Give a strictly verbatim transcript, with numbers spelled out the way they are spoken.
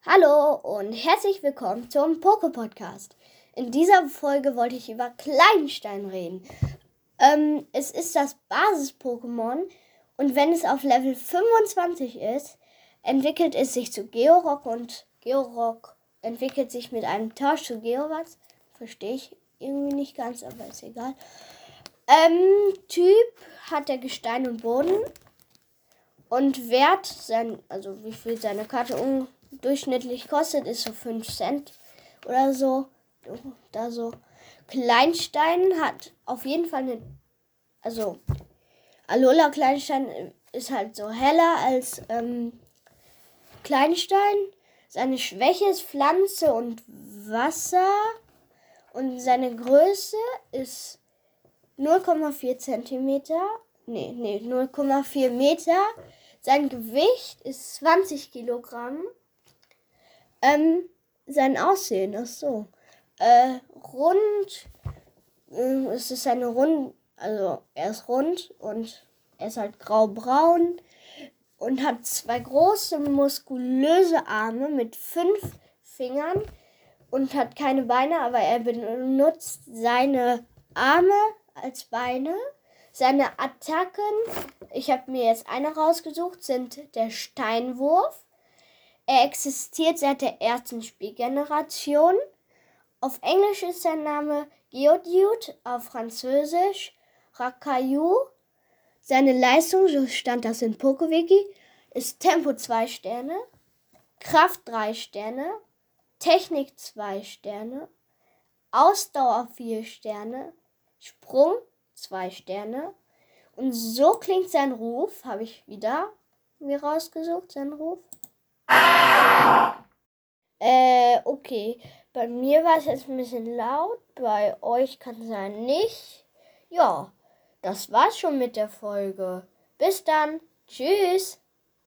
Hallo und herzlich willkommen zum Poke-Podcast. In dieser Folge wollte ich über Kleinstein reden. Ähm, es ist das Basis-Pokémon und wenn es auf Level fünfundzwanzig ist, entwickelt es sich zu Georock und Georock entwickelt sich mit einem Tausch zu Geowax. Verstehe ich irgendwie nicht ganz, aber ist egal. Ähm, Typ hat der Gestein und Boden und Wert, sein, also wie viel seine Karte um durchschnittlich kostet, ist so fünf Cent oder so. Da so. Kleinstein hat auf jeden Fall eine, also Alola Kleinstein ist halt so heller als ähm, Kleinstein. Seine Schwäche ist Pflanze und Wasser und seine Größe ist null Komma vier Zentimeter. Nee, nee, null Komma vier Meter. Sein Gewicht ist zwanzig Kilogramm. Ähm, sein Aussehen ist so. Äh, rund. Äh, es ist eine rund. Also, er ist rund und er ist halt grau-braun und hat zwei große, muskulöse Arme mit fünf Fingern und hat keine Beine, aber er benutzt seine Arme als Beine. Seine Attacken, ich habe mir jetzt eine rausgesucht, sind der Steinwurf. Er existiert seit der ersten Spielgeneration. Auf Englisch ist sein Name Geodude, auf Französisch Rakayu. Seine Leistung, so stand das in PokeWiki, ist Tempo zwei Sterne, Kraft drei Sterne, Technik zwei Sterne, Ausdauer vier Sterne, Sprung zwei Sterne. Und so klingt sein Ruf, habe ich wieder mir rausgesucht, sein Ruf. Äh, okay. Bei mir war es jetzt ein bisschen laut, bei euch kann es sein nicht. Ja, das war's schon mit der Folge. Bis dann. Tschüss.